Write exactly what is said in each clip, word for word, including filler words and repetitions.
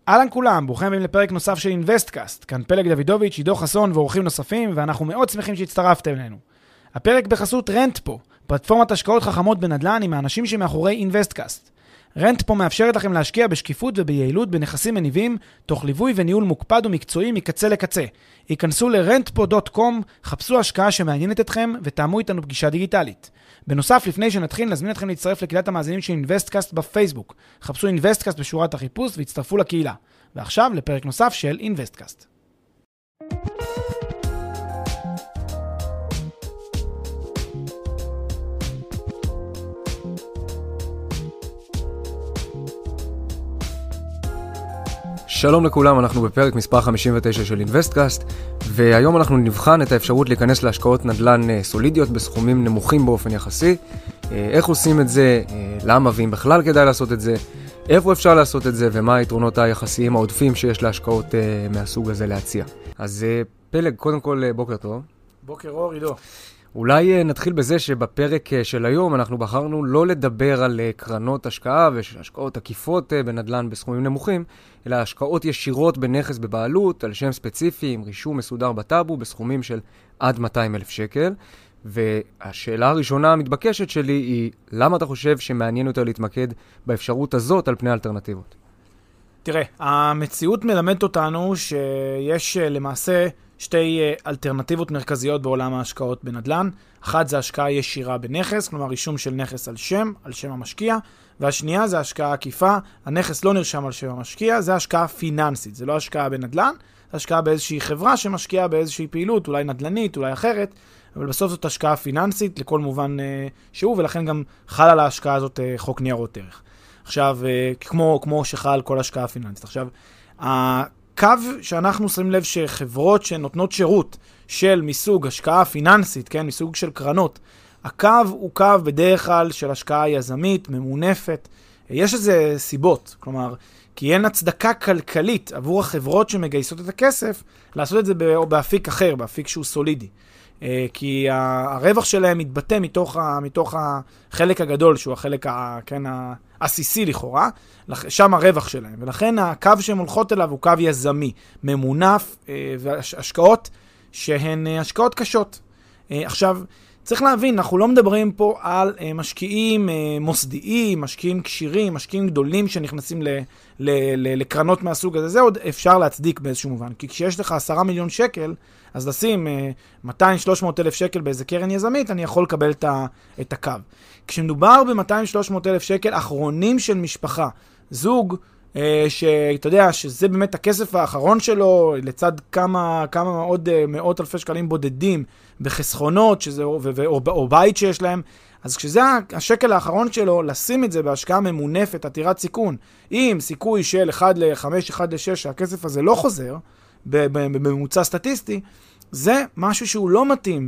אהלן כולם, ברוכים הבאים לפרק נוסף של אינבסטקאסט. כאן פלג דוידוביץ', עידו חסון ואורחים נוספים, ואנחנו מאוד שמחים שהצטרפתם אלינו. הפרק בחסות רנטפו, פלטפורמת השקעות חכמות בנדל"ן עם האנשים שמאחורי אינבסטקאסט. רנטפו מאפשרת לכם להשקיע בשקיפות וביעילות בנכסים מניבים, תוך ליווי וניהול מוקפד ומקצועי מקצה לקצה. היכנסו ל-רנטפו דוט קום, חפשו השקעה שמעניינת אתכם ותאמו איתנו פגישה דיגיטלית. בנוסף, לפני שנתחיל, נזמין אתכם להצטרף לקהילת המאזינים של אינבסטקאסט בפייסבוק. חפשו אינבסטקאסט בשורת החיפוש והצטרפו לקהילה. ועכשיו לפרק נוסף של אינבסטקאסט. שלום לכולם, אנחנו בפרק מספר חמישים ותשע של אינבסטקאסט, והיום אנחנו נבחן את האפשרות להיכנס להשקעות נדל"ן סולידיות בסכומים נמוכים באופן יחסי. איך עושים את זה, למה ואם בכלל כדאי לעשות את זה, איפה אפשר לעשות את זה ומה היתרונות היחסיים העודפים שיש להשקעות מהסוג הזה להציע. אז פלג, קודם כל בוקר טוב. בוקר אור, עידו. אולי נתחיל בזה שבפרק של היום אנחנו בחרנו לא לדבר על קרנות השקעה והשקעות עקיפות בנדל"ן בסכומים נמוכים, אלא השקעות ישירות בנכס בבעלות על שם ספציפי עם רישום מסודר בטאבו בסכומים של עד מאתיים אלף שקל. והשאלה הראשונה המתבקשת שלי היא, למה אתה חושב שמעניין יותר להתמקד באפשרות הזאת על פני האלטרנטיבות? תראה, המציאות מלמדת אותנו שיש למעשה שתי אלטרנטיבות מרכזיות בעולם ההשקעות בנדל"ן. אחת זה השקעה ישירה בנכס, כלומר רישום של נכס על שם, על שם המשקיע, והשנייה זה השקעה עקיפה, הנכס לא נרשם על שם המשקיע, זה השקעה פיננסית, זה לא השקעה בנדל"ן, זה השקעה באיזושהי חברה שמשקיעה באיזושהי פעילות, אולי נדל"נית, אולי אחרת, אבל בסוף זאת השקעה פיננסית לכל מובן אה, שהוא, ולכן גם חל על ההשקעה הזאת אה, חוק ניירות ערך. עכשיו, אה, כמו, כמו שחל כל השקעה פיננסית. עכשיו, הקו שאנחנו שמים לב שחברות שנותנות שירות של מסוג השקעה פיננסית, כן, מסוג של קרנות, הקו הוא קו בדרך כלל של השקעה יזמית, ממונפת. יש איזה סיבות, כלומר, כי אין הצדקה כלכלית עבור החברות שמגייסות את הכסף, לעשות את זה באפיק אחר, באפיק שהוא סולידי. כי הרווח שלהם מתבטא מתוך, מתוך החלק הגדול, שהוא החלק כן, העסיסי לכאורה, שם הרווח שלהם. ולכן הקו שהן הולכות אליו הוא קו יזמי, ממונף, והשקעות שהן השקעות קשות. עכשיו, צריך להבין, אנחנו לא מדברים פה על משקיעים מוסדיים, משקיעים קשירים, משקיעים גדולים שנכנסים ל, ל, ל, לקרנות מהסוג הזה. זה עוד אפשר להצדיק באיזשהו מובן. כי כשיש לך עשרה מיליון שקל, אז לשים מאתיים שלוש מאות אלף שקל באיזה קרן יזמית, אני יכול לקבל את, ה, את הקו. כשמדובר ב-מאתיים שלוש מאות אלף שקל אחרונים של משפחה, זוג, שאתה יודע שזה באמת הכסף האחרון שלו, לצד כמה, כמה עוד מאות אלפי שקלים בודדים בחסכונות, שזה, או, או, או בית שיש להם, אז כשזה השקל האחרון שלו, לשים את זה בהשקעה ממונפת, עתירת סיכון, עם סיכוי של אחד לחמש, אחד לשש, שהכסף הזה לא חוזר, בממוצע סטטיסטי, זה משהו שהוא לא מתאים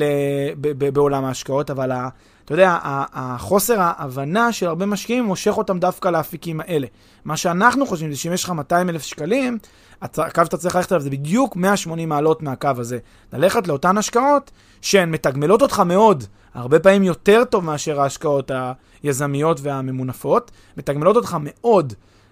בעולם ההשקעות, אבל אתה יודע, החוסר ההבנה של הרבה משקיעים מושך אותם דווקא לאפיקים האלה. מה שאנחנו חושבים זה שאם יש לך מאתיים אלף שקלים, הקו שאתה צריך ללכת עליו זה בדיוק מאה ושמונים מעלות מהקו הזה. ללכת לאותן השקעות שהן מתגמלות אותך מאוד, הרבה פעמים יותר טוב מאשר ההשקעות היזמיות והממונפות, מתגמלות אותך מאוד,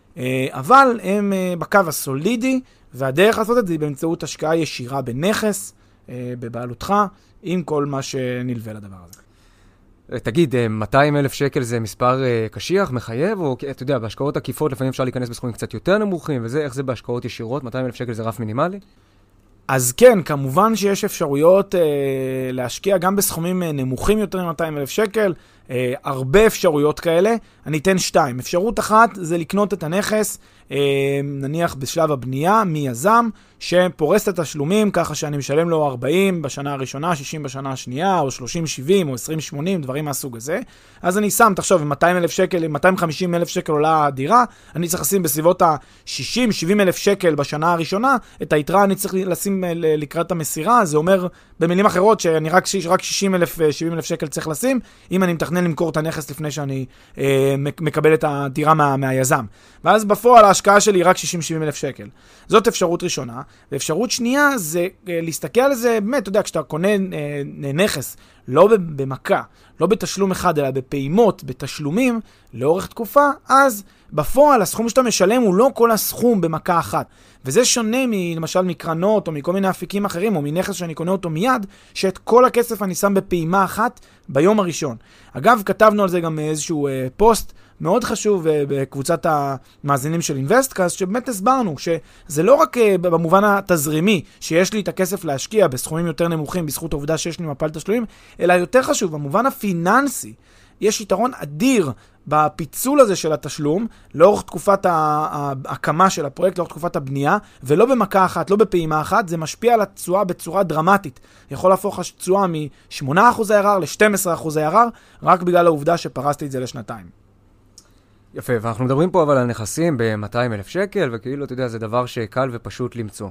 אבל הם בקו הסולידי, והדרך לעשות את זה היא באמצעות השקעה ישירה בנכס, בבעלותך, עם כל מה שנלווה לדבר הזה. תגיד, מאתיים אלף שקל זה מספר קשיח, מחייב, או אתה יודע, בהשקעות עקיפות לפעמים אפשר להיכנס בסכומים קצת יותר נמוכים, וזה, איך זה בהשקעות ישירות? מאתיים אלף שקל זה רף מינימלי? אז כן, כמובן שיש אפשרויות אה, להשקיע גם בסכומים אה, נמוכים יותר מ-מאתיים אלף שקל, אה, הרבה אפשרויות כאלה. אני אתן שתיים. אפשרות אחת זה לקנות את הנכס, אה, נניח בשלב הבנייה, מיזם, שפורס את התשלומים, ככה שאני משלם לו ארבעים בשנה הראשונה, שישים בשנה השנייה, או שלושים שבעים, או עשרים שמונים, דברים מהסוג הזה. אז אני שם, תחשוב, מאתיים אלף שקל, מאתיים וחמישים אלף שקל עולה הדירה, אני צריך לשים בסביבות ה-שישים שבעים אלף שקל בשנה הראשונה, את היתרה אני צריך לשים לקראת המסירה, זה אומר במילים אחרות שאני רק, רק שישים אלף, שבעים אלף שקל צריך לשים, אם אני מתכנן למכור את הנכס לפני שאני אה, מקבל את הדירה מה, מהיזם. ואז בפועל ההשקעה שלי היא רק שישים שבעים אלף שקל. זאת אפשרות ראשונה. ואפשרות שנייה זה אה, להסתכל על זה, באמת, אתה יודע, כשאתה קונה אה, נכס, לא במכה, לא בתשלום אחד, אלא בפעימות, בתשלומים, לאורך תקופה, אז בפועל הסכום שאתה משלם הוא לא כל הסכום במכה אחת. וזה שונה למשל מקרנות או מכל מיני אפיקים אחרים, או מנכס שאני קונה אותו מיד, שאת כל הכסף אני שם בפעימה אחת ביום הראשון. אגב, כתבנו על זה גם איזשהו אה, פוסט מאוד חשוב אה, בקבוצת המאזינים של אינבסטקאסט, שבאמת הסברנו שזה לא רק אה, במובן התזרימי, שיש לי את הכסף להשקיע בסכומים יותר נמוכים, בזכות העובדה שיש לי מפל תשלומים, אלא יותר חשוב, במובן הפיננסי, יש יתרון אדיר בפיצול הזה של התשלום, לאורך תקופת ההקמה של הפרויקט, לאורך תקופת הבנייה, ולא במכה אחת, לא בפעימה אחת, זה משפיע על התשואה בצורה דרמטית. יכול להפוך התשואה מ-שמונה אחוז I R R ל-שנים עשר אחוז I R R, רק בגלל העובדה שפרסתי את זה לשנתיים. יפה, ואנחנו מדברים פה אבל על נכסים ב-מאתיים אלף שקל, וכאילו, אתה יודע, זה דבר שקל ופשוט למצוא.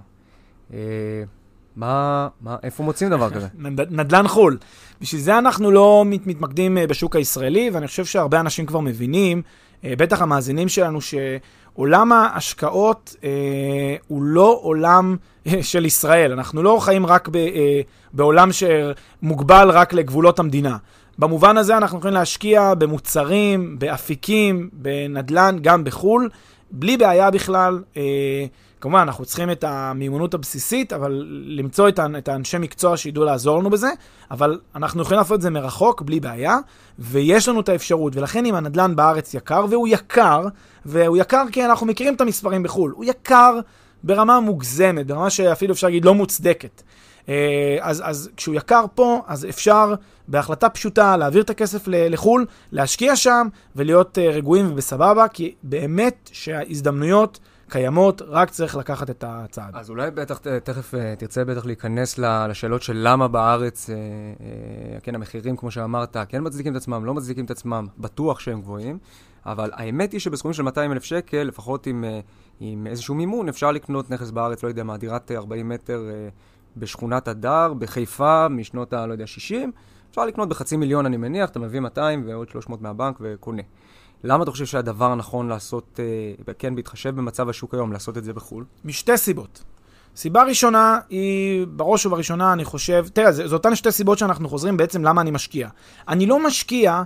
מה, מה, איפה מוצאים דבר כזה? נדל"ן חול. בשביל זה אנחנו לא מת, מתמקדים בשוק הישראלי, ואני חושב שהרבה אנשים כבר מבינים, בטח המאזינים שלנו, שעולם ההשקעות אה, הוא לא עולם של ישראל. אנחנו לא חיים רק ב, אה, בעולם שמוגבל רק לגבולות המדינה. במובן הזה אנחנו יכולים להשקיע במוצרים, באפיקים, בנדל"ן, גם בחול, בלי בעיה בכלל. אה, כמובן, אנחנו צריכים את המיומנות הבסיסית, אבל למצוא את, את האנשי מקצוע שידעו לעזור לנו בזה, אבל אנחנו יכולים לעשות את זה מרחוק, בלי בעיה, ויש לנו את האפשרות, ולכן אם הנדל"ן בארץ יקר, והוא יקר, והוא יקר כי אנחנו מכירים את המספרים בחול, הוא יקר ברמה מוגזמת, ברמה שאפילו אפשר להגיד לא מוצדקת. אז, אז כשהוא יקר פה, אז אפשר בהחלטה פשוטה להעביר את הכסף לחול, להשקיע שם ולהיות רגועים ובסבבה, כי באמת שההזדמנויות קיימות, רק צריך לקחת את הצעד. אז אולי בטח, תכף תרצה בטח להיכנס לשאלות של למה בארץ, כן, המחירים, כמו שאמרת, כן מצדיקים את עצמם, לא מצדיקים את עצמם, בטוח שהם גבוהים, אבל האמת היא שבסכומים של מאתיים אלף שקל, לפחות עם, עם איזשהו מימון, אפשר לקנות נכס בארץ, לא יודע מה, דירת ארבעים מטר בשכונת הדר, בחיפה, משנות ה, לא יודע, שישים, אפשר לקנות בחצי מיליון, אני מניח, אתה מביא מאתיים ועוד שלוש מאות מהבנק וקונה. למה אתה חושב שהדבר הנכון לעשות, כן, בהתחשב במצב השוק היום, לעשות את זה בחול? משתי סיבות. סיבה ראשונה היא, בראש ובראשונה, אני חושב, תראה, זה, זה אותן שתי סיבות שאנחנו חוזרים בעצם למה אני משקיע. אני לא משקיע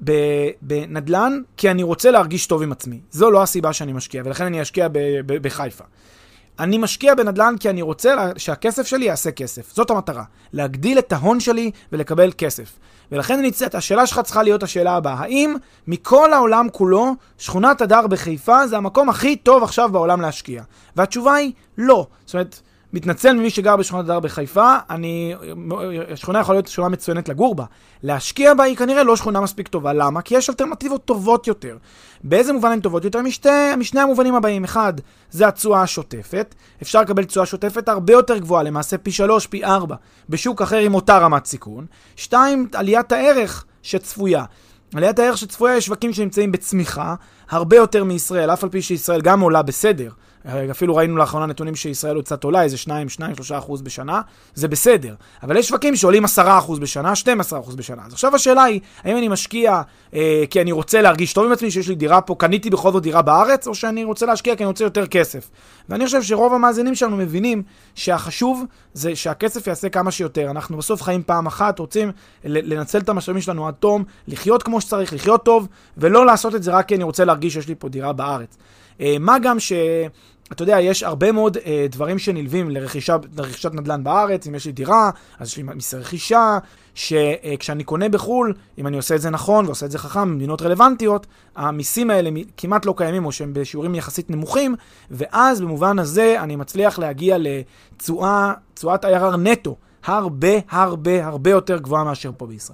בנדל"ן כי אני רוצה להרגיש טוב עם עצמי. זו לא הסיבה שאני משקיע, ולכן אני אשקיע ב- ב- בחיפה. אני משקיע בנדל"ן כי אני רוצה שהכסף שלי יעשה כסף. זאת המטרה. להגדיל את ההון שלי ולקבל כסף. ולכן אני צאת, השאלה שלך צריכה להיות השאלה הבאה. האם מכל העולם כולו, שכונת הדר בחיפה זה המקום הכי טוב עכשיו בעולם להשקיע? והתשובה היא לא. זאת אומרת, מתנצל ממי שגר בשכונת הדר בחיפה, אני, השכונה יכולה להיות שכונה מצוינת לגור בה. להשקיע בה היא כנראה לא שכונה מספיק טובה. למה? כי יש אלטרנטיבות טובות יותר. באיזה מובן הן טובות יותר? משתי, משני המובנים הבאים. אחד, זה התשואה השוטפת. אפשר לקבל תשואה שוטפת הרבה יותר גבוהה, למעשה פי שלוש, פי ארבע, בשוק אחר עם אותה רמת סיכון. שתיים, עליית הערך שצפויה. עליית הערך שצפויה יש שווקים שנמצאים בצמיחה, הרבה יותר מישראל, אף על פי שישראל גם עולה בסדר. אפילו ראינו לאחרונה נתונים שישראל עוד קצת עולה, איזה שניים, שניים, שלושה אחוז בשנה, זה בסדר. אבל יש שווקים שעולים עשרה אחוז בשנה, שנים עשר אחוז בשנה. אז עכשיו השאלה היא, האם אני משקיע אה, כי אני רוצה להרגיש טוב עם עצמי, שיש לי דירה פה, קניתי בכל זאת דירה בארץ, או שאני רוצה להשקיע כי אני רוצה יותר כסף. ואני חושב שרוב המאזינים שלנו מבינים שהחשוב זה שהכסף יעשה כמה שיותר. אנחנו בסוף חיים פעם אחת, רוצים לנצל את המשאבים שלנו עד תום, לחיות כמו שצריך, לחיות טוב, ולא לעשות את זה רק כי אני רוצה להרגיש שיש לי פה דירה בארץ. מה גם ש... אתה יודע, יש הרבה מאוד אה, דברים שנלווים לרכישה, לרכישת נדל"ן בארץ. אם יש לי דירה, אז יש לי מיסי רכישה, שכשאני קונה בחול, אם אני עושה את זה נכון ועושה את זה חכם, במדינות רלוונטיות, המיסים האלה כמעט לא קיימים, או שהם בשיעורים יחסית נמוכים, ואז במובן הזה אני מצליח להגיע לתשואה, תשואת I R R נטו, הרבה הרבה הרבה יותר גבוהה מאשר פה בישראל.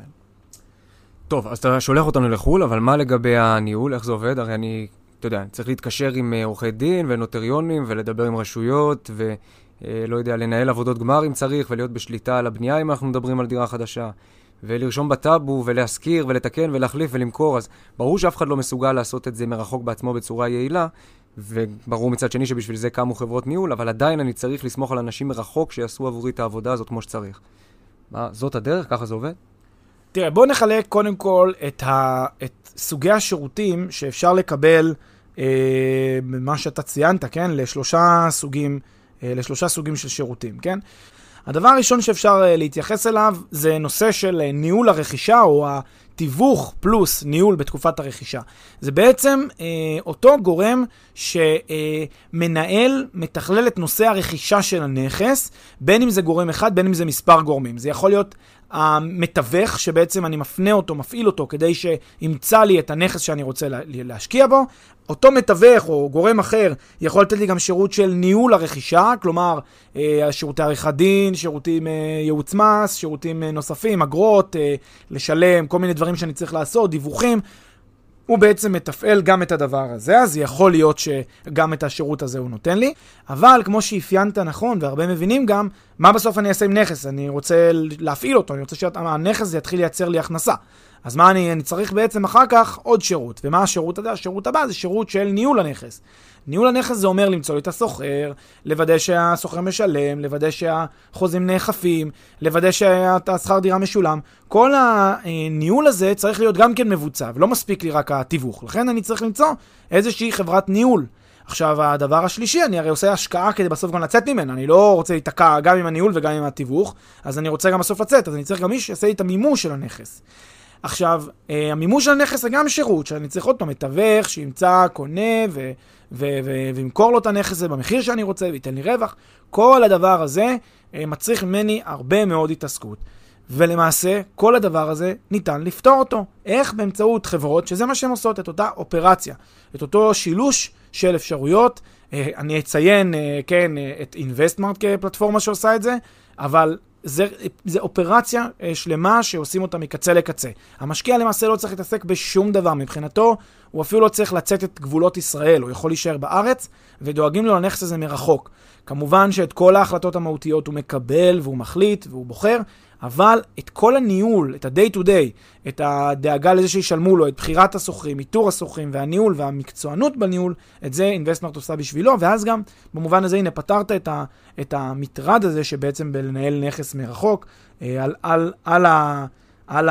טוב, אז אתה שולח אותנו לחול, אבל מה לגבי הניהול, איך זה עובד? הרי אני... אתה יודע, צריך להתקשר עם עורכי דין ונוטריונים ולדבר עם רשויות ולא יודע, לנהל עבודות גמר אם צריך ולהיות בשליטה על הבנייה אם אנחנו מדברים על דירה חדשה ולרשום בטאבו ולהזכיר ולתקן ולהחליף ולמכור. אז ברור שאף אחד לא מסוגל לעשות את זה מרחוק בעצמו בצורה יעילה, וברור מצד שני שבשביל זה קמו חברות ניהול, אבל עדיין אני צריך לסמוך על אנשים מרחוק שיעשו עבורי את העבודה הזאת כמו שצריך. מה, זאת הדרך? ככה זה עובד? תראה, בוא נחלק קודם כל את, ה... את סוגי השירותים שאפשר לקבל אה, במה שאתה ציינת, כן? לשלושה סוגים, אה, לשלושה סוגים של שירותים, כן? הדבר הראשון שאפשר להתייחס אליו זה נושא של ניהול הרכישה או התיווך פלוס ניהול בתקופת הרכישה. זה בעצם אה, אותו גורם שמנהל, מתכלל את נושא הרכישה של הנכס, בין אם זה גורם אחד, בין אם זה מספר גורמים. זה יכול להיות המתווך שבעצם אני מפנה אותו, מפעיל אותו, כדי שימצא לי את הנכס שאני רוצה להשקיע בו. אותו מתווך או גורם אחר יכול לתת לי גם שירות של ניהול הרכישה, כלומר שירותי עריכת דין, שירותים ייעוץ מס, שירותים נוספים, אגרות, לשלם, כל מיני דברים שאני צריך לעשות, דיווחים. הוא בעצם מתפעל גם את הדבר הזה, אז יכול להיות שגם את השירות הזה הוא נותן לי. אבל כמו שאפיינת נכון, והרבה מבינים גם, מה בסוף אני אעשה עם נכס? אני רוצה להפעיל אותו, אני רוצה שהנכס יתחיל לייצר לי הכנסה. אז מה אני, אני צריך בעצם אחר כך עוד שירות. ומה השירות הזה? השירות הבא זה שירות של ניהול הנכס. ניהול הנכס זה אומר למצוא לי את הסוחר, לוודא שהסוחר משלם, לוודא שהחוזים נאכפים, לוודא שהשכר דירה משולם. כל הניהול הזה צריך להיות גם כן מבוצע, ולא מספיק לי רק התיווך. לכן אני צריך למצוא איזושהי חברת ניהול. עכשיו, הדבר השלישי, אני הרי עושה השקעה כדי בסוף גם לצאת ממנה. אני לא רוצה להתקע גם עם הניהול וגם עם התיווך, אז אני רוצה גם בסוף לצאת, אז אני צריך גם מי שיעשה לי את המימוש של הנכס. עכשיו, המימוש של הנכס זה גם שירות, שאני צריך עוד פעם מתווך, שימצא, קונה ו- ו- ו- וימכור לו את הנכס הזה במחיר שאני רוצה, וייתן לי רווח. כל הדבר הזה מצריך ממני הרבה מאוד התעסקות. ולמעשה, כל הדבר הזה ניתן לפתור אותו. איך? באמצעות חברות, שזה מה שהן עושות, את אותה אופרציה, את אותו שילוש של אפשרויות. אני אציין, כן, את InvestMart כפלטפורמה שעושה את זה, אבל זה, זה אופרציה שלמה שעושים אותה מקצה לקצה. המשקיע למעשה לא צריך להתעסק בשום דבר. מבחינתו, הוא אפילו לא צריך לצאת את גבולות ישראל. הוא יכול להישאר בארץ, ודואגים לו לנכס הזה מרחוק. כמובן שאת כל ההחלטות המהותיות הוא מקבל, והוא מחליט, והוא בוחר, אבל את כל הניהול, את ה-day to day, את הדאגה לזה שישלמו לו, את בחירת הסוחרים, איתור הסוחרים, והניהול והמקצוענות בניהול, את זה InvestMart עושה בשבילו, ואז גם במובן הזה, הנה, פתרת את, ה, את המטרד הזה שבעצם בלנהל נכס מרחוק, אה, על, על, על, ה, על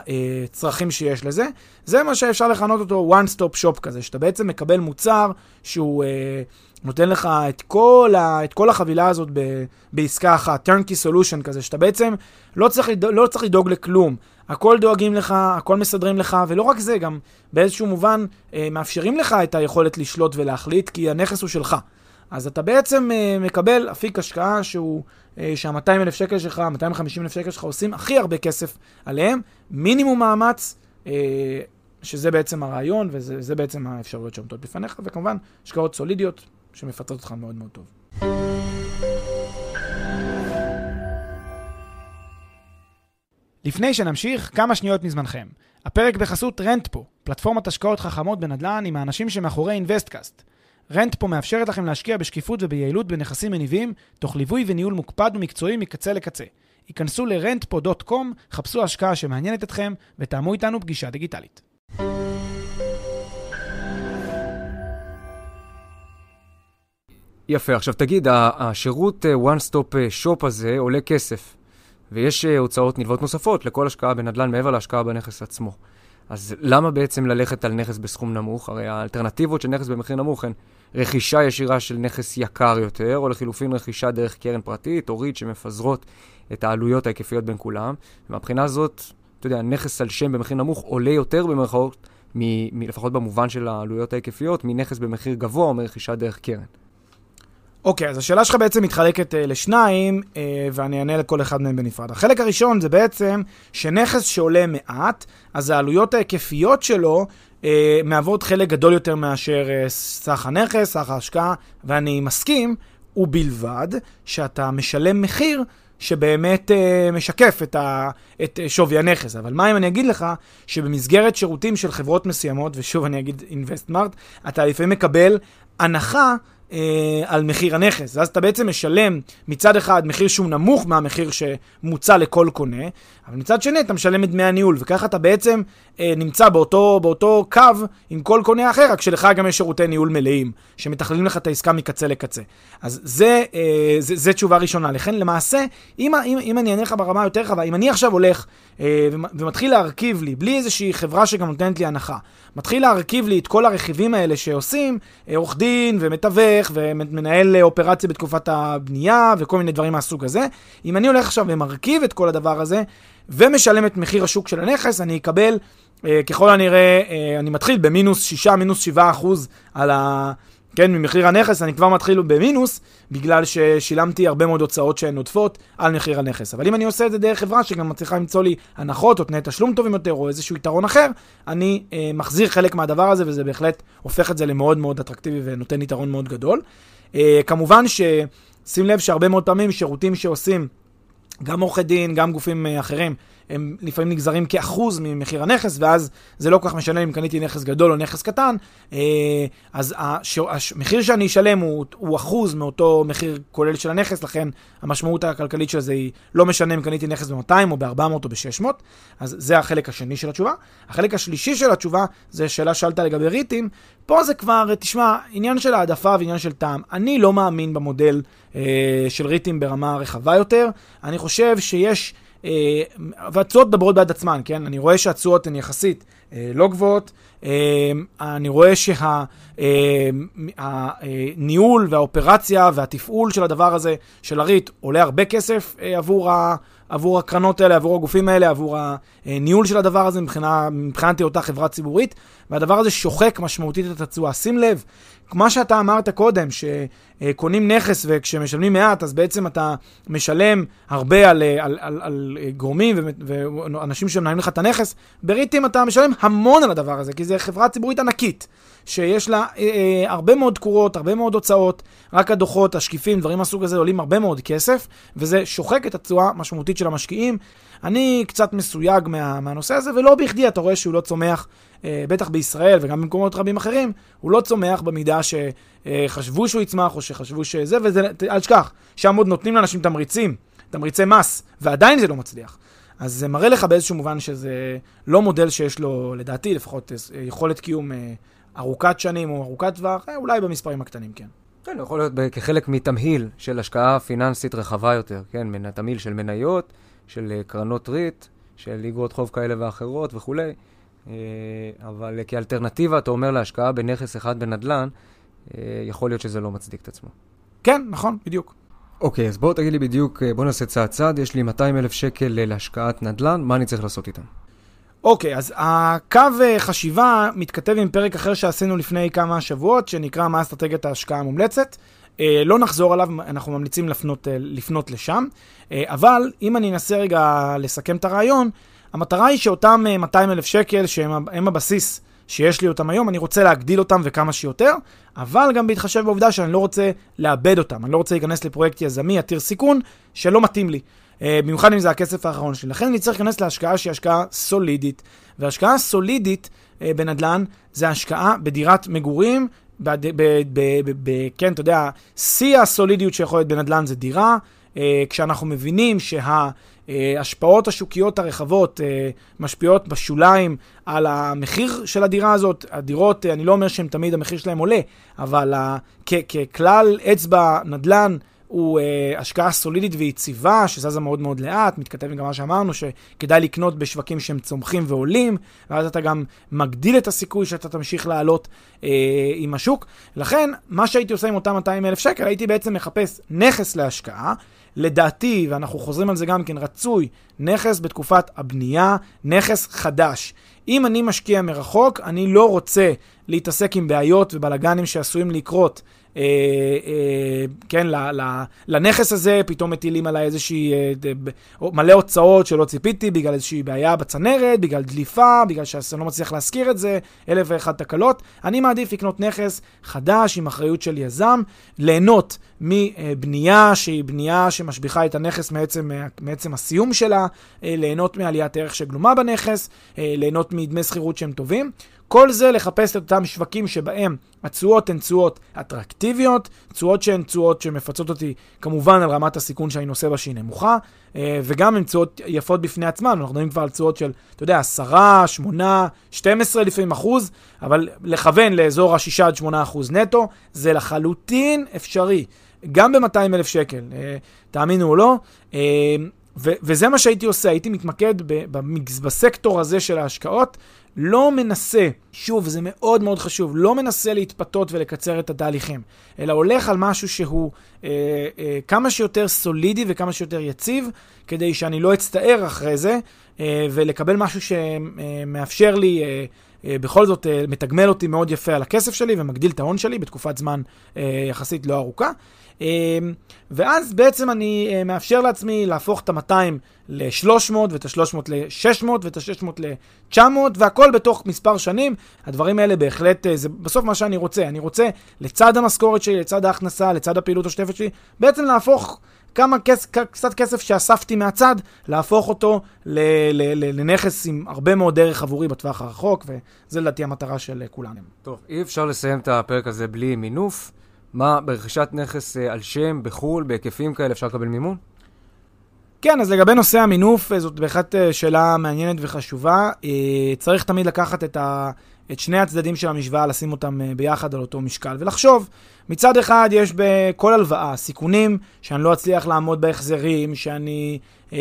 הצרכים שיש לזה. זה מה שאפשר לכנות אותו one stop shop כזה, שאתה בעצם מקבל מוצר שהוא אה, נותן לך את כל, ה, את כל החבילה הזאת ב, בעסקה אחת, turnkey solution כזה, שאתה בעצם לא צריך, לא צריך לדאוג לכלום. הכל דואגים לך, הכל מסדרים לך, ולא רק זה, גם באיזשהו מובן אה, מאפשרים לך את היכולת לשלוט ולהחליט, כי הנכס הוא שלך. אז אתה בעצם אה, מקבל אפיק השקעה שהוא, אה, שה-מאתיים אלף שקל שלך, מאתיים וחמישים אלף שקל שלך עושים הכי הרבה כסף עליהם, מינימום מאמץ, אה, שזה בעצם הרעיון, וזה זה בעצם האפשרויות שעומדות בפניך, וכמובן, השקעות סולידיות שמפצות אותך מאוד מאוד טוב. לפני שנמשיך, כמה שניות מזמנכם. הפרק בחסות רנטפו, פלטפורמת השקעות חכמות בנדל"ן עם האנשים שמאחורי אינבסטקאסט. רנטפו מאפשרת לכם להשקיע בשקיפות וביעילות בנכסים מניבים, תוך ליווי וניהול מוקפד ומקצועי מקצה לקצה. היכנסו ל-רנטפו דוט קום, חפשו השקעה שמעניינת אתכם ותאמו איתנו פגישה דיגיטלית. יפה, עכשיו תגיד, השירות one stop shop הזה עולה כסף. ויש הוצאות נלוות נוספות לכל השקעה בנדל"ן מעבר להשקעה בנכס עצמו. אז למה בעצם ללכת על נכס בסכום נמוך? הרי האלטרנטיבות של נכס במחיר נמוך הן רכישה ישירה של נכס יקר יותר, או לחילופין רכישה דרך קרן פרטית או ריט שמפזרות את העלויות ההיקפיות בין כולם. ומהבחינה הזאת, אתה יודע, נכס על שם במחיר נמוך עולה יותר במרכאות, מ- מ- לפחות במובן של העלויות ההיקפיות, מנכס במחיר גבוה או מרכישה דרך קרן. אוקיי, אז השאלה שלך בעצם מתחלקת uh, לשניים, uh, ואני אענה לכל אחד מהם בנפרד. החלק הראשון זה בעצם שנכס שעולה מעט, אז העלויות ההיקפיות שלו uh, מעבוד חלק גדול יותר מאשר uh, סך הנכס, סך ההשקעה, ואני מסכים, ובלבד שאתה משלם מחיר שבאמת uh, משקף את, ה, את uh, שווי הנכס. אבל מה אם אני אגיד לך שבמסגרת שירותים של חברות מסוימות, ושוב אני אגיד InvestMart, אתה לפעמים מקבל הנחה על מחיר הנכס. אז אתה בעצם משלם מצד אחד מחיר שהוא נמוך מהמחיר שמוצע לכל קונה, אבל מצד שני אתה משלם את דמי הניהול, וככה אתה בעצם אה, נמצא באותו, באותו קו עם כל קונה אחר, רק שלך גם יש שירותי ניהול מלאים, שמתכללים לך את העסקה מקצה לקצה. אז זה, אה, זה, זה תשובה ראשונה. לכן למעשה, אם, אם, אם אני אענה לך ברמה יותר רחבה, אם אני עכשיו הולך אה, ומתחיל להרכיב לי, בלי איזושהי חברה שגם נותנת לי הנחה, מתחיל להרכיב לי את כל הרכיבים האלה שעושים, עורך דין ומתווך דרך ומנהל אופרציה בתקופת הבנייה וכל מיני דברים מהסוג הזה. אם אני הולך עכשיו ומרכיב את כל הדבר הזה ומשלם את מחיר השוק של הנכס, אני אקבל, אה, ככל הנראה, אה, אני מתחיל במינוס שישה, מינוס שבעה אחוז על ה... כן, ממחיר הנכס, אני כבר מתחיל במינוס, בגלל ששילמתי הרבה מאוד הוצאות שהן עודפות על מחיר הנכס. אבל אם אני עושה את זה דרך חברה שגם מצליחה למצוא לי הנחות או תנאי תשלום טובים יותר או איזשהו יתרון אחר, אני אה, מחזיר חלק מהדבר הזה, וזה בהחלט הופך את זה למאוד מאוד אטרקטיבי ונותן יתרון מאוד גדול. אה, כמובן ששים לב שהרבה מאוד פעמים שירותים שעושים גם עורכי דין, גם גופים אה, אחרים, הם לפעמים נגזרים כאחוז ממחיר הנכס, ואז זה לא כל כך משנה אם קניתי נכס גדול או נכס קטן, אז המחיר שאני אשלם הוא, הוא אחוז מאותו מחיר כולל של הנכס, לכן המשמעות הכלכלית של זה היא לא משנה אם קניתי נכס ב-מאתיים או ב-ארבע מאות או ב-שש מאות, אז זה החלק השני של התשובה. החלק השלישי של התשובה, זה שאלה שאלת לגבי ריטים, פה זה כבר, תשמע, עניין של העדפה ועניין של טעם. אני לא מאמין במודל אה, של ריטים ברמה רחבה יותר, אני חושב שיש והתשואות דברות בעד עצמן, כן? אני רואה שהתשואות הן יחסית לא גבוהות, אני רואה שהניהול והאופרציה והתפעול של הדבר הזה, של הריט, עולה הרבה כסף עבור ה... עבור הקרנות האלה, עבור הגופים האלה, עבור הניהול של הדבר הזה, מבחינה, מבחינתי אותה חברה ציבורית, והדבר הזה שוחק משמעותית את התשואה. שים לב, כמו שאתה אמרת קודם, שקונים נכס וכשמשלמים מעט, אז בעצם אתה משלם הרבה על, על, על, על גורמים ואנשים שמנהלים לך את הנכס, בריטים אתה משלם המון על הדבר הזה, כי זו חברה ציבורית ענקית, שיש לה אה, הרבה מאוד תקורות, הרבה מאוד הוצאות, רק הדוחות, השקיפים, דברים מהסוג הזה עולים הרבה מאוד כסף, וזה שוחק את התשואה משמעותית של המשקיעים. אני קצת מסויג מה, מהנושא הזה, ולא בכדי אתה רואה שהוא לא צומח, אה, בטח בישראל וגם במקומות רבים אחרים, הוא לא צומח במידה שחשבו שהוא יצמח או שחשבו שזה, וזה, אל תשכח, שם עוד נותנים לאנשים תמריצים, תמריצי מס, ועדיין זה לא מצליח. אז זה מראה לך באיזשהו מובן שזה לא מודל שיש לו, לדעתי לפחות, יכולת קיום אה, ארוכת שנים או ארוכת טווח, אולי במספרים הקטנים, כן. כן, יכול להיות כחלק מתמהיל של השקעה פיננסית רחבה יותר, כן, תמהיל של מניות, של קרנות ריט, של איגרות חוב כאלה ואחרות וכו'. אבל כאלטרנטיבה, אתה אומר להשקעה בנכס אחד בנדלן, יכול להיות שזה לא מצדיק את עצמו. כן, נכון, בדיוק. אוקיי, אז בואו תגיד לי בדיוק, בואו נעשה צעד צעד, יש לי מאתיים אלף שקל להשקעת נדלן, מה אני צריך לעשות איתם? אוקיי, אז הקו חשיבה מתכתב עם פרק אחר שעשינו לפני כמה שבועות, שנקרא מה אסטרטגיית ההשקעה המומלצת. לא נחזור עליו, אנחנו ממליצים לפנות, לפנות לשם. אבל אם אני אנסה רגע לסכם את הרעיון, המטרה היא שאותם מאתיים אלף שקל, שהם הבסיס שיש לי אותם היום, אני רוצה להגדיל אותם וכמה שיותר, אבל גם בהתחשב בעובדה שאני לא רוצה לאבד אותם. אני לא רוצה להיכנס לפרויקט יזמי, עתיר סיכון, שלא מתאים לי. במיוחד אם זה הכסף האחרון שלי. לכן אני צריך להיכנס להשקעה שהיא השקעה סולידית. והשקעה סולידית בנדלן זה השקעה בדירת מגורים, ב, ב, ב, ב, ב, כן, אתה יודע, שיא הסולידיות שיכול להיות בנדלן זה דירה, כשאנחנו מבינים שההשפעות השוקיות הרחבות משפיעות בשוליים על המחיר של הדירה הזאת. הדירות, אני לא אומר שהם תמיד המחיר שלהם עולה, אבל ככלל אצבע נדלן, הוא uh, השקעה סולידית ויציבה, שזזה מאוד מאוד לאט, מתכתב עם גם מה שאמרנו, שכדאי לקנות בשווקים שהם צומחים ועולים, ואז אתה גם מגדיל את הסיכוי שאתה תמשיך לעלות uh, עם השוק. לכן, מה שהייתי עושה עם אותם מאתיים אלף שקל, הייתי בעצם מחפש נכס להשקעה, לדעתי, ואנחנו חוזרים על זה גם כן, רצוי, נכס בתקופת הבנייה, נכס חדש. אם אני משקיע מרחוק, אני לא רוצה להתעסק עם בעיות ובלגנים שעשויים לקרות, אה, אה, כן, ל, ל, לנכס הזה פתאום מטילים עליי איזושהי אה, מלא הוצאות שלא ציפיתי, בגלל איזושהי בעיה בצנרת, בגלל דליפה, בגלל שאני לא מצליח להזכיר את זה, אלף ואחת תקלות. אני מעדיף לקנות נכס חדש עם אחריות של יזם, ליהנות מבנייה שהיא בנייה שמשביחה את הנכס מעצם, מעצם הסיום שלה, ליהנות מעליית ערך שגלומה בנכס, ליהנות מדמי שכירות שהם טובים. כל זה לחפש את אותם שווקים שבהם התשואות הן תשואות אטרקטיביות, תשואות שהן תשואות שמפצות אותי כמובן על רמת הסיכון שאני נושא בה שהיא נמוכה, וגם הן תשואות יפות בפני עצמן. אנחנו מדברים כבר על תשואות של, אתה יודע, עשרה, שמונה, שתים עשרה לפעמים אחוז, אבל לכוון לאזור ה-שישה עד שמונה אחוז נטו, זה לחלוטין אפשרי. גם ב-מאתיים אלף שקל, תאמינו או לא, ו- וזה מה שהייתי עושה, הייתי מתמקד ב- בסקטור הזה של ההשקעות, לא מנסה, שוב, זה מאוד מאוד חשוב, לא מנסה להתפתות ולקצר את התהליכים, אלא הולך על משהו שהוא אה, אה, כמה שיותר סולידי וכמה שיותר יציב, כדי שאני לא אצטער אחרי זה, אה, ולקבל משהו שמאפשר לי, אה, אה, בכל זאת אה, מתגמל אותי מאוד יפה על הכסף שלי, ומגדיל את ההון שלי בתקופת זמן אה, יחסית לא ארוכה. ואז בעצם אני מאפשר לעצמי להפוך את ה-מאתיים ל-שלוש מאות, ואת ה-שלוש מאות ל-שש מאות, ואת ה-שש מאות ל-תשע מאות, והכל בתוך מספר שנים. הדברים האלה בהחלט, זה בסוף מה שאני רוצה. אני רוצה לצד המשכורת שלי, לצד ההכנסה, לצד הפעילות השותפת שלי, בעצם להפוך כמה כס, קצת כסף שאספתי מהצד, להפוך אותו ל- ל- ל- לנכס עם הרבה מאוד דרך עבורי בטווח הרחוק, וזה לדעתי המטרה של כולנו. טוב, אי אפשר לסיים את הפרק הזה בלי מינוף. מה, ברכישת נכס על שם, בחול, בהיקפים כאלה, אפשר לקבל מימון? כן, אז לגבי נושא המינוף, זאת בהחלט שאלה מעניינת וחשובה. צריך תמיד לקחת את, ה, את שני הצדדים של המשוואה, לשים אותם ביחד על אותו משקל, ולחשוב, מצד אחד יש בכל הלוואה סיכונים, שאני לא אצליח לעמוד בהחזרים, שאני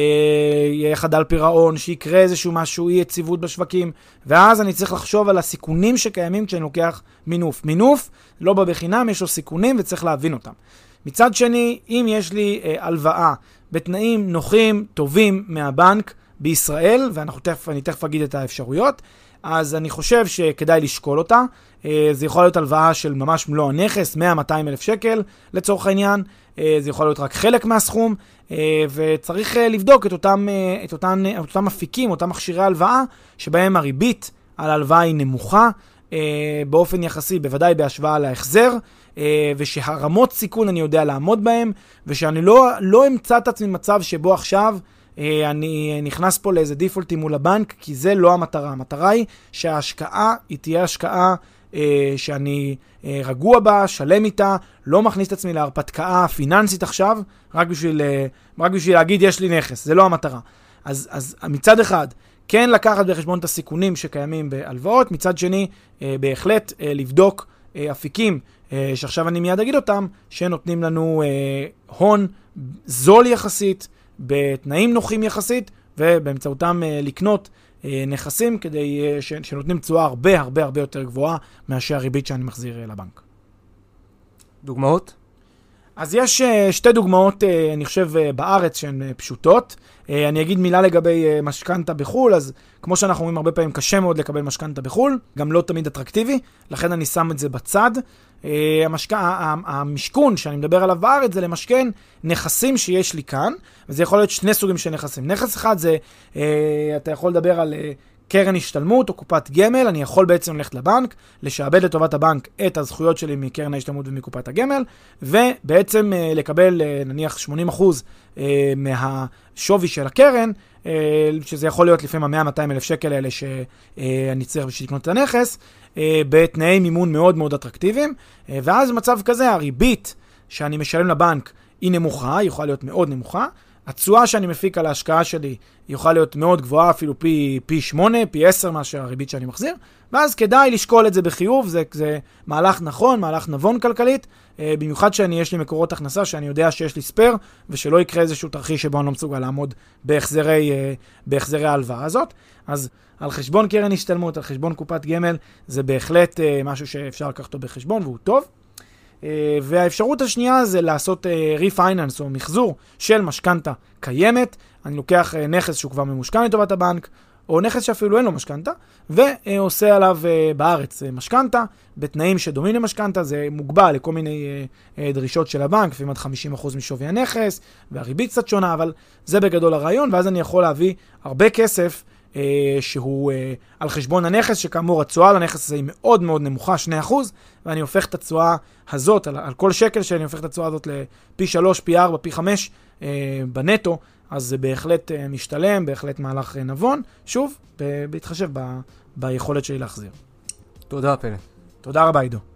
אהיה חדל פירעון, שיקרה איזשהו משהו, אי יציבות בשווקים, ואז אני צריך לחשוב על הסיכונים שקיימים כשאני לוקח מינוף. מינוף לא בא בחינם, יש לו סיכונים וצריך להבין אותם. מצד שני, אם יש לי אה, הלוואה בתנאים נוחים, טובים מהבנק בישראל, ואנחנו תכף, אני תכף אגיד את האפשרויות, אז אני חושב שכדאי לשקול אותה. אה, זה יכול להיות הלוואה של ממש מלוא הנכס, מאה עד מאתיים אלף שקל לצורך העניין. אה, זה יכול להיות רק חלק מהסכום, אה, וצריך אה, לבדוק את אותם, אה, את אותם, את אותם אפיקים, אותם מכשירי הלוואה, שבהם הריבית על ההלוואה היא נמוכה, אה, באופן יחסי, בוודאי בהשוואה להחזר, אה, ושהרמות סיכון אני יודע לעמוד בהם, ושאני לא, לא אמצא את עצמי מצב שבו עכשיו אה, אני נכנס פה לאיזה דיפולטים מול הבנק, כי זה לא המטרה. המטרה היא שההשקעה היא תהיה השקעה אה, שאני אה, רגוע בה, שלם איתה, לא מכניס את עצמי להרפתקה פיננסית עכשיו, רק בשביל, אה, רק בשביל להגיד יש לי נכס, זה לא המטרה. אז, אז מצד אחד, כן לקחת בחשבון את הסיכונים שקיימים בהלוואות, מצד שני, אה, בהחלט אה, לבדוק אה, אפיקים, אה, שעכשיו אני מיד אגיד אותם, שנותנים לנו אה, הון זול יחסית, בתנאים נוחים יחסית, ובאמצעותם אה, לקנות אה, נכסים כדי אה, ש, שנותנים תשואה הרבה הרבה הרבה יותר גבוהה מאשר הריבית שאני מחזיר אה, לבנק. דוגמאות? אז יש uh, שתי דוגמאות, uh, אני חושב, uh, בארץ שהן uh, פשוטות. Uh, אני אגיד מילה לגבי uh, משכנתה בחול, אז כמו שאנחנו אומרים הרבה פעמים, קשה מאוד לקבל משכנתה בחול, גם לא תמיד אטרקטיבי, לכן אני שם את זה בצד. Uh, המשק... המשכון שאני מדבר עליו בארץ זה למשכן נכסים שיש לי כאן, וזה יכול להיות שני סוגים של נכסים. נכס אחד זה, uh, אתה יכול לדבר על... Uh, קרן השתלמות או קופת גמל, אני יכול בעצם ללכת לבנק, לשעבד לטובת הבנק את הזכויות שלי מקרן ההשתלמות ומקופת הגמל, ובעצם uh, לקבל uh, נניח שמונים אחוז uh, מהשווי של הקרן, uh, שזה יכול להיות לפעמים מאה עד מאתיים אלף שקל האלה שאני צריך בשביל לקנות את הנכס, uh, בתנאי מימון מאוד מאוד אטרקטיביים, uh, ואז במצב כזה הריבית שאני משלם לבנק היא נמוכה, היא יכולה להיות מאוד נמוכה, התשואה שאני מפיק על ההשקעה שלי יוכל להיות מאוד גבוהה, אפילו פי, פי שמונה, פי עשר מאשר הריבית שאני מחזיר, ואז כדאי לשקול את זה בחיוב, זה, זה מהלך נכון, מהלך נבון כלכלית, במיוחד שאני יש לי מקורות הכנסה, שאני יודע שיש לי ספר, ושלא יקרה איזשהו תרחיש שבו אני לא מסוגל לעמוד בהחזרי, בהחזרי ההלוואה הזאת. אז על חשבון קרן השתלמות, על חשבון קופת גמל, זה בהחלט משהו שאפשר לקחת אותו בחשבון, והוא טוב. והאפשרות השנייה זה לעשות ריפייננס או מחזור של משכנתה קיימת. אני לוקח נכס שהוא כבר ממושכן לטובת הבנק, או נכס שאפילו אין לו משכנתה, ועושה עליו בארץ משכנתה, בתנאים שדומים למשכנתה, זה מוגבל לכל מיני דרישות של הבנק, לפעמים עד חמישים אחוז משווי הנכס, והריבית קצת שונה, אבל זה בגדול הרעיון, ואז אני יכול להביא הרבה כסף, שהוא על חשבון הנכס, שכאמור התשואה לנכס הזה היא מאוד מאוד נמוכה, שני אחוז, ואני הופך את התשואה הזאת, על, על כל שקל שאני הופך את התשואה הזאת לפי שלוש, פי ארבע, פי חמש בנטו, אז זה בהחלט משתלם, בהחלט מהלך נבון, שוב, בהתחשב ב, ביכולת שלי להחזיר. תודה, פלא. תודה רבה, עידו.